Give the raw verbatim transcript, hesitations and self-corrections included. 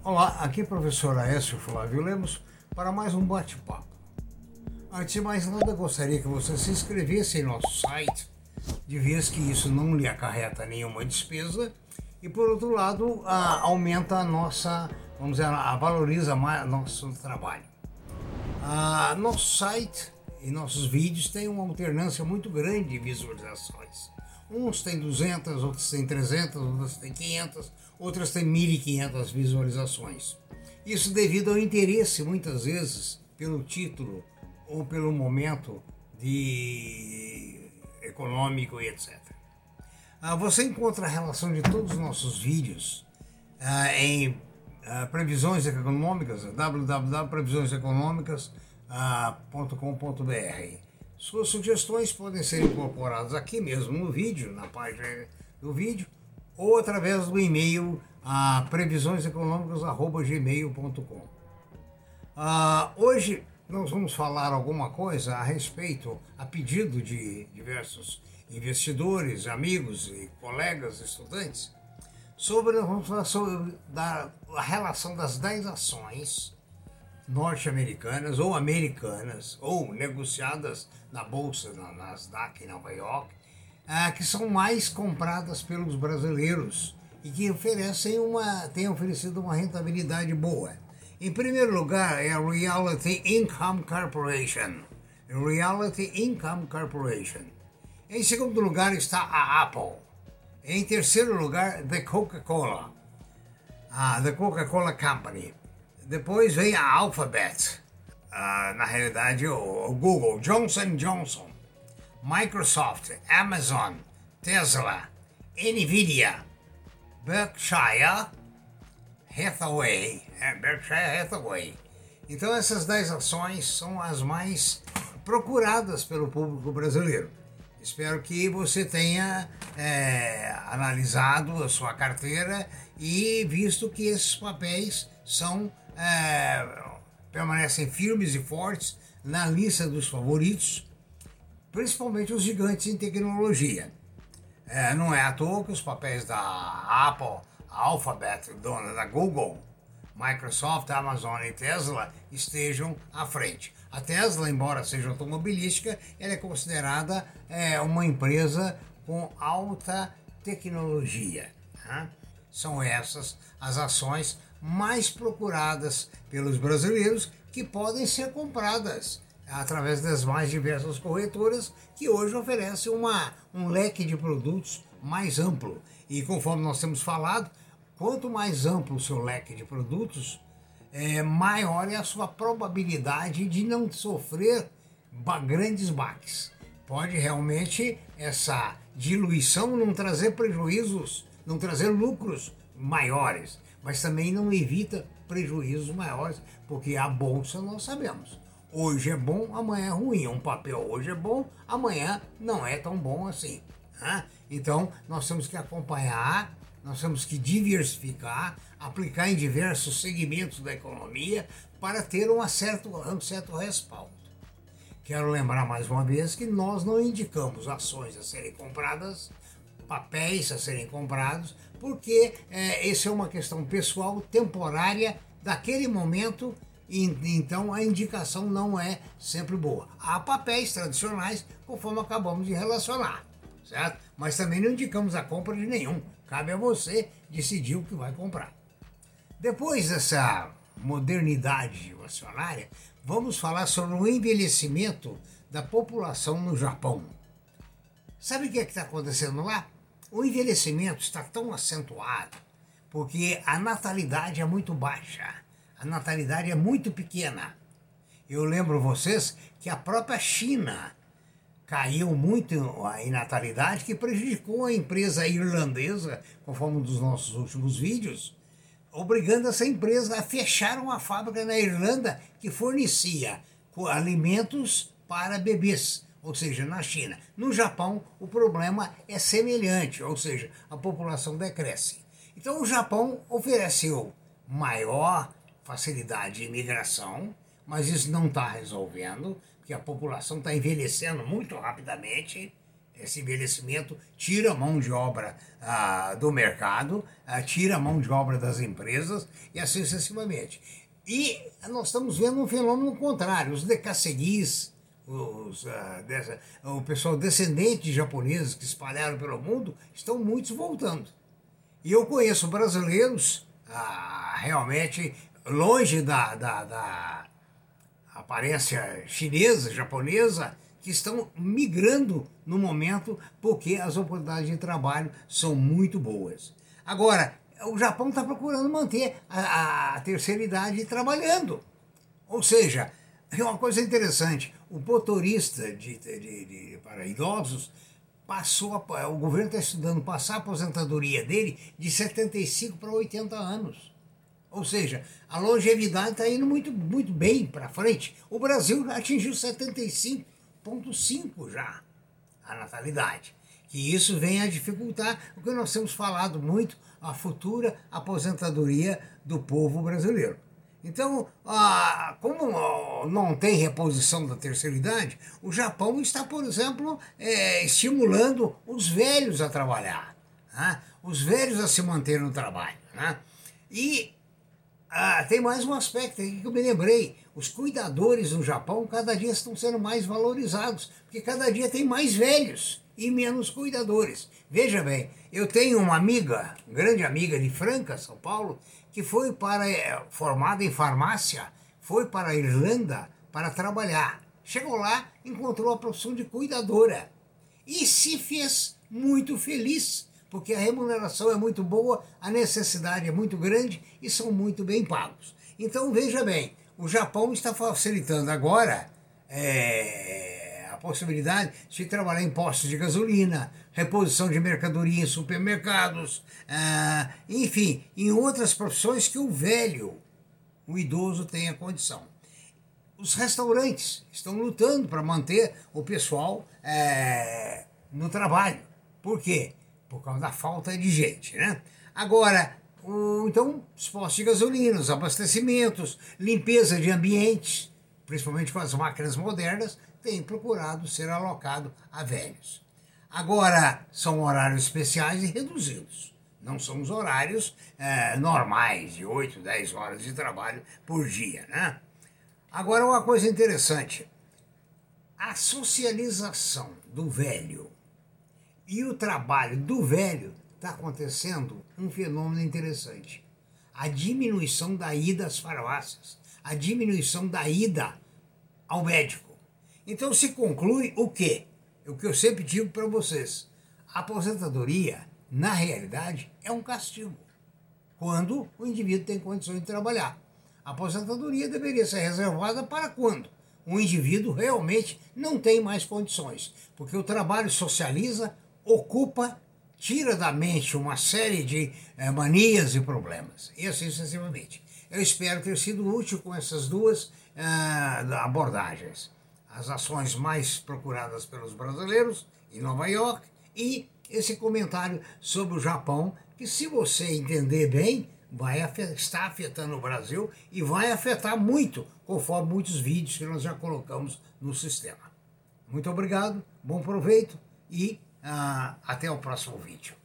Olá, aqui é o professor Aécio Flávio Lemos para mais um bate-papo. Antes de mais nada, gostaria que você se inscrevesse em nosso site, de vez que isso não lhe acarreta nenhuma despesa, e por outro lado, a, aumenta a nossa, vamos dizer, a, valoriza mais nosso trabalho. A, nosso site e nossos vídeos têm uma alternância muito grande de visualizações. Uns têm duzentas, outros têm trezentas, outros têm quinhentas, outras têm mil e quinhentas visualizações. Isso devido ao interesse, muitas vezes, pelo título ou pelo momento de econômico e etcétera. Ah, você encontra a relação de todos os nossos vídeos ah, em ah, previsões econômicas, w w w ponto previsões econômicas ponto com ponto b r. Suas sugestões podem ser incorporadas aqui mesmo no vídeo, na página do vídeo, ou através do e-mail a previsões econômicas arroba gmail ponto com. Uh, hoje nós vamos falar alguma coisa a respeito, a pedido de diversos investidores, amigos e colegas estudantes, sobre, vamos falar sobre da, a relação das dez ações norte-americanas ou americanas ou negociadas na bolsa, na Nasdaq em Nova York, ah, que são mais compradas pelos brasileiros e que oferecem uma, têm oferecido uma rentabilidade boa. Em primeiro lugar é a Realty Income Corporation. Realty Income Corporation. Em segundo lugar está a Apple. Em terceiro lugar, The Coca-Cola. Ah, The Coca-Cola Company. Depois vem a Alphabet, uh, na realidade o, o Google, Johnson Johnson, Microsoft, Amazon, Tesla, Nvidia, Berkshire Hathaway, é, Berkshire Hathaway. Então essas dez ações são as mais procuradas pelo público brasileiro. Espero que você tenha é, analisado a sua carteira e visto que esses papéis são É, permanecem firmes e fortes na lista dos favoritos, principalmente os gigantes em tecnologia. É, não é à toa que os papéis da Apple, Alphabet, dona da Google, Microsoft, Amazon e Tesla estejam à frente. A Tesla, embora seja automobilística, ela é considerada é, uma empresa com alta tecnologia. Né? São essas as ações mais procuradas pelos brasileiros, que podem ser compradas através das mais diversas corretoras que hoje oferecem uma, um leque de produtos mais amplo. E conforme nós temos falado, quanto mais amplo o seu leque de produtos, é, maior é a sua probabilidade de não sofrer ba- grandes baques. Pode realmente essa diluição não trazer prejuízos, não trazer lucros maiores, mas também não evita prejuízos maiores, porque a bolsa nós sabemos. Hoje é bom, amanhã é ruim. Um papel hoje é bom, amanhã não é tão bom assim. Né? Então nós temos que acompanhar, nós temos que diversificar, aplicar em diversos segmentos da economia para ter uma certo, um certo respaldo. Quero lembrar mais uma vez que nós não indicamos ações a serem compradas, papéis a serem comprados, porque é, essa é uma questão pessoal, temporária, daquele momento, e então a indicação não é sempre boa. Há papéis tradicionais, conforme acabamos de relacionar, certo? Mas também não indicamos a compra de nenhum. Cabe a você decidir o que vai comprar. Depois dessa modernidade acionária, vamos falar sobre o envelhecimento da população no Japão. Sabe o que é que está acontecendo lá? O envelhecimento está tão acentuado porque a natalidade é muito baixa, a natalidade é muito pequena. Eu lembro vocês que a própria China caiu muito em natalidade, que prejudicou a empresa irlandesa, conforme um dos nossos últimos vídeos, obrigando essa empresa a fechar uma fábrica na Irlanda que fornecia alimentos para bebês. Ou seja, na China. No Japão, o problema é semelhante, ou seja, a população decresce. Então, o Japão ofereceu maior facilidade de imigração, mas isso não está resolvendo, porque a população está envelhecendo muito rapidamente Esse envelhecimento tira a mão de obra ah, do mercado, ah, tira a mão de obra das empresas e assim sucessivamente. E nós estamos vendo um fenômeno contrário. Os decasseguis, os, ah, dessa, o pessoal descendente de japoneses que espalharam pelo mundo, estão muitos voltando. E eu conheço brasileiros ah, realmente longe da, da, da aparência chinesa, japonesa, que estão migrando no momento porque as oportunidades de trabalho são muito boas. Agora, o Japão está procurando manter a, a terceira idade trabalhando. Ou seja, é uma coisa interessante, o motorista de, de, de, para idosos passou, a, o governo está estudando passar a aposentadoria dele de setenta e cinco para oitenta anos. Ou seja, a longevidade está indo muito, muito bem para frente. O Brasil atingiu setenta e cinco vírgula cinco já, a natalidade. Que isso vem a dificultar o que nós temos falado muito, a futura aposentadoria do povo brasileiro. Então, ah, como não tem reposição da terceira idade, o Japão está, por exemplo, é, estimulando os velhos a trabalhar, né? Os velhos a se manter no trabalho. Né? E ah, tem mais um aspecto aqui que eu me lembrei. Os cuidadores no Japão cada dia estão sendo mais valorizados, porque cada dia tem mais velhos e menos cuidadores. Veja bem, eu tenho uma amiga, grande amiga de Franca, São Paulo, que foi para, formada em farmácia, foi para a Irlanda para trabalhar. Chegou lá, encontrou a profissão de cuidadora e se fez muito feliz, porque a remuneração é muito boa, a necessidade é muito grande e são muito bem pagos. Então veja bem, o Japão está facilitando agora é, a possibilidade de trabalhar em postos de gasolina, reposição de mercadoria em supermercados, ah, enfim, em outras profissões que o velho, o idoso, tenha condição. Os restaurantes estão lutando para manter o pessoal é, no trabalho. Por quê? Por causa da falta de gente, né? Agora, o, então, os postos de gasolina, os abastecimentos, limpeza de ambientes, principalmente com as máquinas modernas, têm procurado ser alocado a velhos. Agora, são horários especiais e reduzidos. Não são os horários é, normais, de oito, dez horas de trabalho por dia, né? Agora, uma coisa interessante. A socialização do velho e o trabalho do velho está acontecendo um fenômeno interessante. A diminuição da ida às farmácias, a diminuição da ida ao médico. Então se conclui o quê? O que eu sempre digo para vocês. A aposentadoria, na realidade, é um castigo. Quando o indivíduo tem condições de trabalhar. A aposentadoria deveria ser reservada para quando o indivíduo realmente não tem mais condições. Porque o trabalho socializa, ocupa, tira da mente uma série de eh, manias e problemas, e assim sucessivamente. Eu espero ter sido útil com essas duas eh, abordagens. As ações mais procuradas pelos brasileiros em Nova York e esse comentário sobre o Japão, que se você entender bem, vai afetar, está afetando o Brasil e vai afetar muito, conforme muitos vídeos que nós já colocamos no sistema. Muito obrigado, bom proveito e Uh, até o próximo vídeo.